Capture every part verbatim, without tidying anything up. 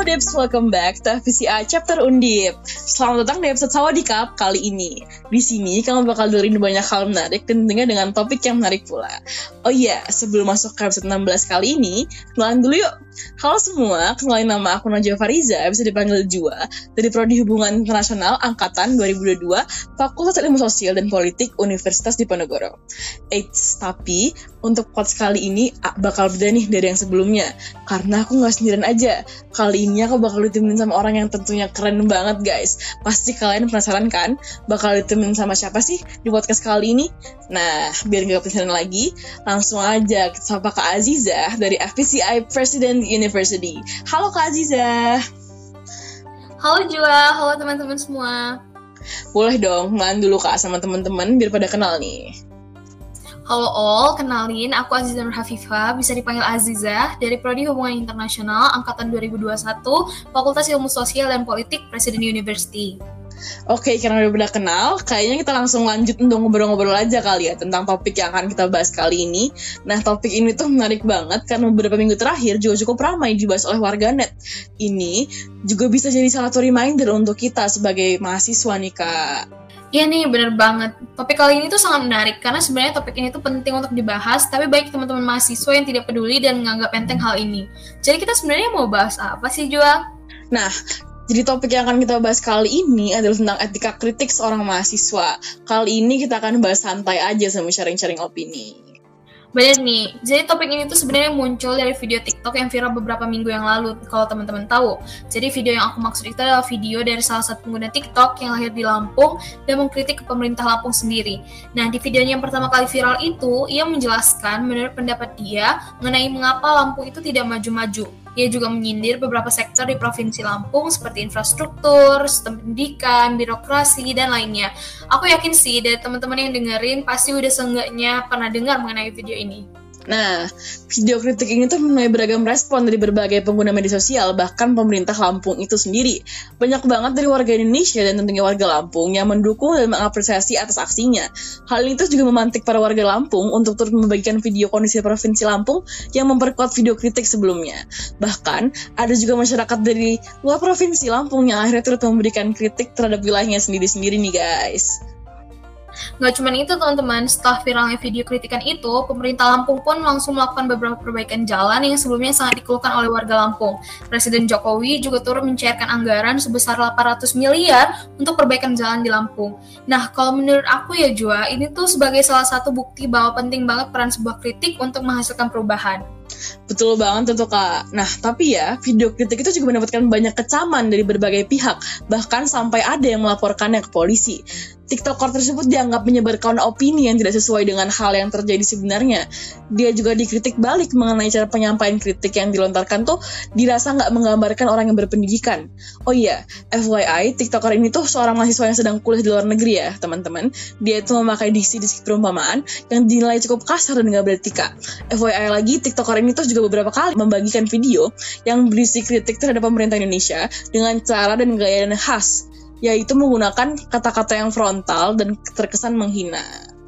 Halo Debs, welcome back to F V C I Chapter Undip. Selamat datang di episode Sawadikap kali ini. Di sini kamu bakal dengerin banyak hal menarik dan tentunya dengan topik yang menarik pula. Oh iya, sebelum masuk ke episode enam belas kali ini, kenalan dulu yuk. Halo semua, kenalin nama aku Najwa Fariza, bisa dipanggil Jua, dari Prodi Hubungan Internasional Angkatan dua ribu dua puluh dua, Fakultas Ilmu Sosial dan Politik Universitas Diponegoro. Eits, tapi untuk podcast kali ini bakal beda nih dari yang sebelumnya, karena aku gak sendirian aja. Kali ini aku bakal ditemenin sama orang yang tentunya keren banget guys. Pasti kalian penasaran kan, bakal ditemenin sama siapa sih di podcast kali ini? Nah, biar gak penasaran lagi, langsung aja kita sapa Kak Aziza dari F V C I President University. Halo Kak Aziza. Halo Jua, halo teman-teman semua. Boleh dong, kenalan dulu Kak sama teman-teman biar pada kenal nih. Halo all, kenalin aku Aziza Nur Hafifah, bisa dipanggil Aziza, dari Prodi Hubungan Internasional Angkatan dua ribu dua puluh satu, Fakultas Ilmu Sosial dan Politik Presiden University. Oke, karena udah udah kenal, kayaknya kita langsung lanjut untuk ngobrol-ngobrol aja kali ya tentang topik yang akan kita bahas kali ini. Nah, topik ini tuh menarik banget karena beberapa minggu terakhir juga cukup ramai dibahas oleh warganet. Ini juga bisa jadi salah satu reminder untuk kita sebagai mahasiswa nih, Kak. Iya nih, bener banget. Topik kali ini tuh sangat menarik, karena sebenarnya topik ini tuh penting untuk dibahas, tapi baik teman-teman mahasiswa yang tidak peduli dan menganggap enteng hal ini. Jadi kita sebenarnya mau bahas apa sih, Jua? Nah, jadi topik yang akan kita bahas kali ini adalah tentang etika kritik seorang mahasiswa. Kali ini kita akan bahas santai aja sama sharing-sharing opini. Bener nih, jadi topik ini tuh sebenarnya muncul dari video TikTok yang viral beberapa minggu yang lalu, kalau teman-teman tahu. Jadi video yang aku maksud itu adalah video dari salah satu pengguna TikTok yang lahir di Lampung dan mengkritik ke pemerintah Lampung sendiri. Nah, di videonya yang pertama kali viral itu, ia menjelaskan menurut pendapat dia mengenai mengapa Lampung itu tidak maju-maju. Ia juga menyindir beberapa sektor di Provinsi Lampung seperti infrastruktur, sistem pendidikan, birokrasi, dan lainnya. Aku yakin sih dari teman-teman yang dengerin pasti udah seenggaknya pernah dengar mengenai video ini. Nah, video kritik ini tuh menuai beragam respon dari berbagai pengguna media sosial, bahkan pemerintah Lampung itu sendiri. Banyak banget dari warga Indonesia dan tentunya warga Lampung yang mendukung dan mengapresiasi atas aksinya. Hal ini tuh juga memantik para warga Lampung untuk turut membagikan video kondisi Provinsi Lampung yang memperkuat video kritik sebelumnya. Bahkan, ada juga masyarakat dari luar Provinsi Lampung yang akhirnya turut memberikan kritik terhadap wilayahnya sendiri-sendiri nih guys. Nggak cuma itu teman-teman, setelah viralnya video kritikan itu, pemerintah Lampung pun langsung melakukan beberapa perbaikan jalan yang sebelumnya sangat dikeluhkan oleh warga Lampung. Presiden Jokowi juga turut mencairkan anggaran sebesar delapan ratus miliar untuk perbaikan jalan di Lampung. Nah, kalau menurut aku ya Jua, ini tuh sebagai salah satu bukti bahwa penting banget peran sebuah kritik untuk menghasilkan perubahan. Betul banget tuh Kak. Nah, tapi ya, video kritik itu juga mendapatkan banyak kecaman dari berbagai pihak, bahkan sampai ada yang melaporkannya ke polisi. TikToker tersebut dianggap menyebarkan opini yang tidak sesuai dengan hal yang terjadi sebenarnya. Dia juga dikritik balik mengenai cara penyampaian kritik yang dilontarkan tuh dirasa nggak menggambarkan orang yang berpendidikan. Oh iya, F Y I, TikToker ini tuh seorang mahasiswa yang sedang kuliah di luar negeri ya, teman-teman. Dia itu memakai diksi-diksi perumpamaan yang dinilai cukup kasar dan nggak beretika. F Y I lagi, TikToker ini tuh juga beberapa kali membagikan video yang berisi kritik terhadap pemerintah Indonesia dengan cara dan gaya yang khas, yaitu menggunakan kata-kata yang frontal dan terkesan menghina.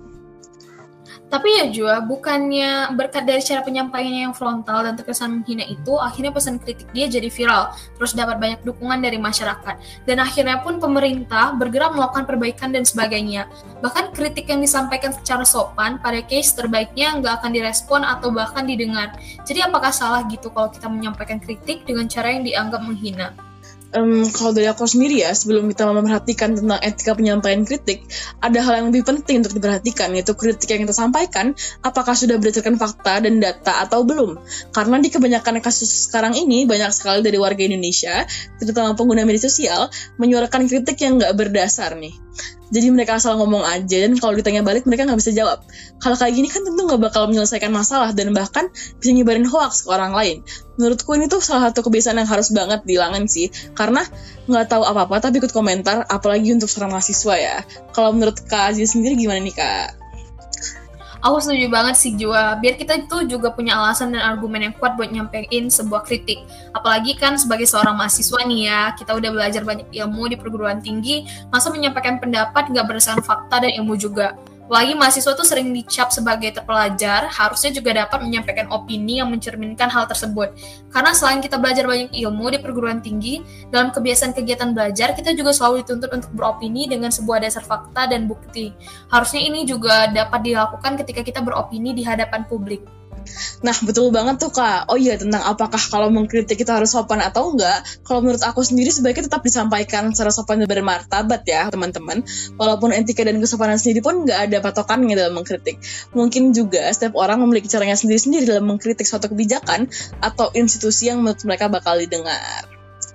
Tapi ya Jua, bukannya berkat dari cara penyampaiannya yang frontal dan terkesan menghina itu, akhirnya pesan kritik dia jadi viral, terus dapat banyak dukungan dari masyarakat. Dan akhirnya pun pemerintah bergerak melakukan perbaikan dan sebagainya. Bahkan kritik yang disampaikan secara sopan, pada case terbaiknya nggak akan direspon atau bahkan didengar. Jadi apakah salah gitu kalau kita menyampaikan kritik dengan cara yang dianggap menghina? Um, kalau dari aku sendiri ya, sebelum kita memperhatikan tentang etika penyampaian kritik, ada hal yang lebih penting untuk diperhatikan, yaitu kritik yang kita sampaikan, apakah sudah berdasarkan fakta dan data atau belum. Karena di kebanyakan kasus sekarang ini, banyak sekali dari warga Indonesia, terutama pengguna media sosial, menyuarakan kritik yang nggak berdasar nih. Jadi mereka asal ngomong aja, dan kalau ditanya balik mereka nggak bisa jawab. Hal kayak gini kan tentu nggak bakal menyelesaikan masalah dan bahkan bisa nyebarin hoax ke orang lain. Menurutku ini tuh salah satu kebiasaan yang harus banget dihilangin sih, karena nggak tahu apa-apa tapi ikut komentar, apalagi untuk seorang mahasiswa ya. Kalau menurut Kak Aziz sendiri gimana nih Kak? Aku setuju banget sih Jua, biar kita itu juga punya alasan dan argumen yang kuat buat nyampein sebuah kritik. Apalagi kan sebagai seorang mahasiswa nih ya, kita udah belajar banyak ilmu di perguruan tinggi, masa menyampaikan pendapat nggak berdasarkan fakta dan ilmu juga. Apalagi mahasiswa tuh sering dicap sebagai terpelajar, harusnya juga dapat menyampaikan opini yang mencerminkan hal tersebut. Karena selain kita belajar banyak ilmu di perguruan tinggi, dalam kebiasaan kegiatan belajar, kita juga selalu dituntut untuk beropini dengan sebuah dasar fakta dan bukti. Harusnya ini juga dapat dilakukan ketika kita beropini di hadapan publik. Nah, betul banget tuh Kak. Oh iya, tentang apakah kalau mengkritik kita harus sopan atau enggak, kalau menurut aku sendiri sebaiknya tetap disampaikan secara sopan dan bermartabat ya teman-teman. Walaupun etika dan kesopanan sendiri pun nggak ada patokannya dalam mengkritik. Mungkin juga setiap orang memiliki caranya sendiri-sendiri dalam mengkritik suatu kebijakan atau institusi yang menurut mereka bakal didengar.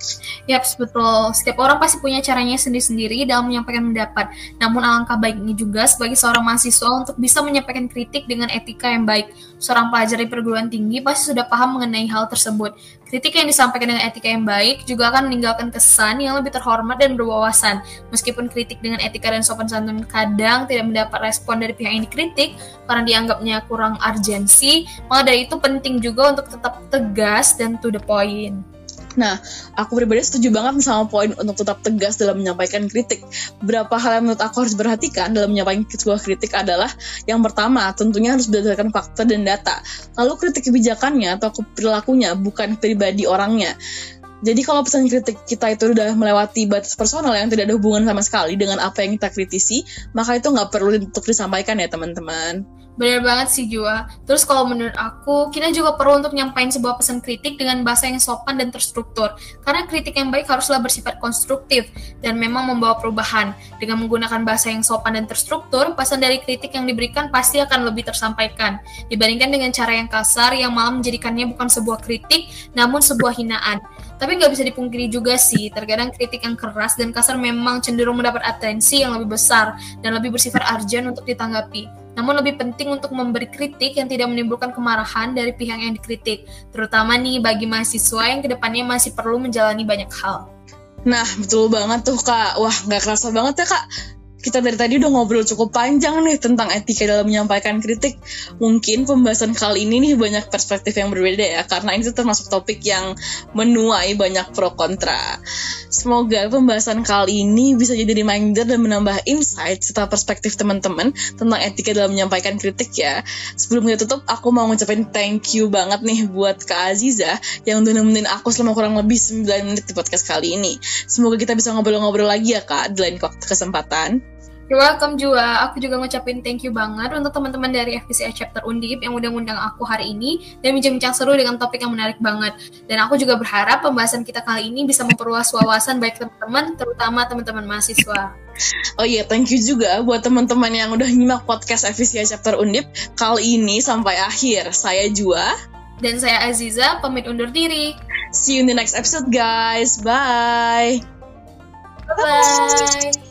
Yaps, betul. Setiap orang pasti punya caranya sendiri-sendiri dalam menyampaikan pendapat. Namun alangkah baiknya juga sebagai seorang mahasiswa untuk bisa menyampaikan kritik dengan etika yang baik. Seorang pelajar di perguruan tinggi pasti sudah paham mengenai hal tersebut. Kritik yang disampaikan dengan etika yang baik juga akan meninggalkan kesan yang lebih terhormat dan berwawasan. Meskipun kritik dengan etika dan sopan santun kadang tidak mendapat respon dari pihak yang dikritik karena dianggapnya kurang urgensi, maka dari itu penting juga untuk tetap tegas dan to the point. Nah, aku pribadi setuju banget sama poin untuk tetap tegas dalam menyampaikan kritik. Beberapa hal yang menurut aku harus diperhatikan dalam menyampaikan sebuah kritik adalah yang pertama, tentunya harus berdasarkan fakta dan data. Lalu kritik kebijakannya atau perilakunya, bukan pribadi orangnya. Jadi kalau pesan kritik kita itu udah melewati batas personal yang tidak ada hubungan sama sekali dengan apa yang kita kritisi, maka itu nggak perlu untuk disampaikan ya teman-teman. Benar banget sih Jua. Terus kalau menurut aku, kita juga perlu untuk nyampain sebuah pesan kritik dengan bahasa yang sopan dan terstruktur. Karena kritik yang baik haruslah bersifat konstruktif dan memang membawa perubahan. Dengan menggunakan bahasa yang sopan dan terstruktur, pesan dari kritik yang diberikan pasti akan lebih tersampaikan. Dibandingkan dengan cara yang kasar yang malah menjadikannya bukan sebuah kritik, namun sebuah hinaan. Tapi nggak bisa dipungkiri juga sih, terkadang kritik yang keras dan kasar memang cenderung mendapat atensi yang lebih besar dan lebih bersifat urgent untuk ditanggapi. Namun lebih penting untuk memberi kritik yang tidak menimbulkan kemarahan dari pihak yang dikritik, terutama nih bagi mahasiswa yang kedepannya masih perlu menjalani banyak hal. Nah, betul banget tuh Kak. Wah, nggak kerasa banget ya Kak. Kita dari tadi udah ngobrol cukup panjang nih tentang etika dalam menyampaikan kritik. Mungkin pembahasan kali ini nih banyak perspektif yang berbeda ya, karena ini termasuk topik yang menuai banyak pro kontra. Semoga pembahasan kali ini bisa jadi reminder dan menambah insight serta perspektif teman-teman tentang etika dalam menyampaikan kritik ya. Sebelum kita tutup, aku mau ngucapin thank you banget nih buat Kak Aziza yang udah nemenin aku selama kurang lebih sembilan menit di podcast kali ini. Semoga kita bisa ngobrol-ngobrol lagi ya Kak di lain kesempatan. You're welcome Jua. Aku juga ngucapin thank you banget untuk teman-teman dari F P C A Chapter Undip yang udah ngundang aku hari ini dan bincang-bincang seru dengan topik yang menarik banget. Dan aku juga berharap pembahasan kita kali ini bisa memperluas wawasan baik teman-teman, terutama teman-teman mahasiswa. Oh iya, thank you juga buat teman-teman yang udah nyimak podcast F P C A Chapter Undip kali ini sampai akhir. Saya Jua. Dan saya Aziza, pamit undur diri. See you in the next episode guys. Bye. Bye-bye.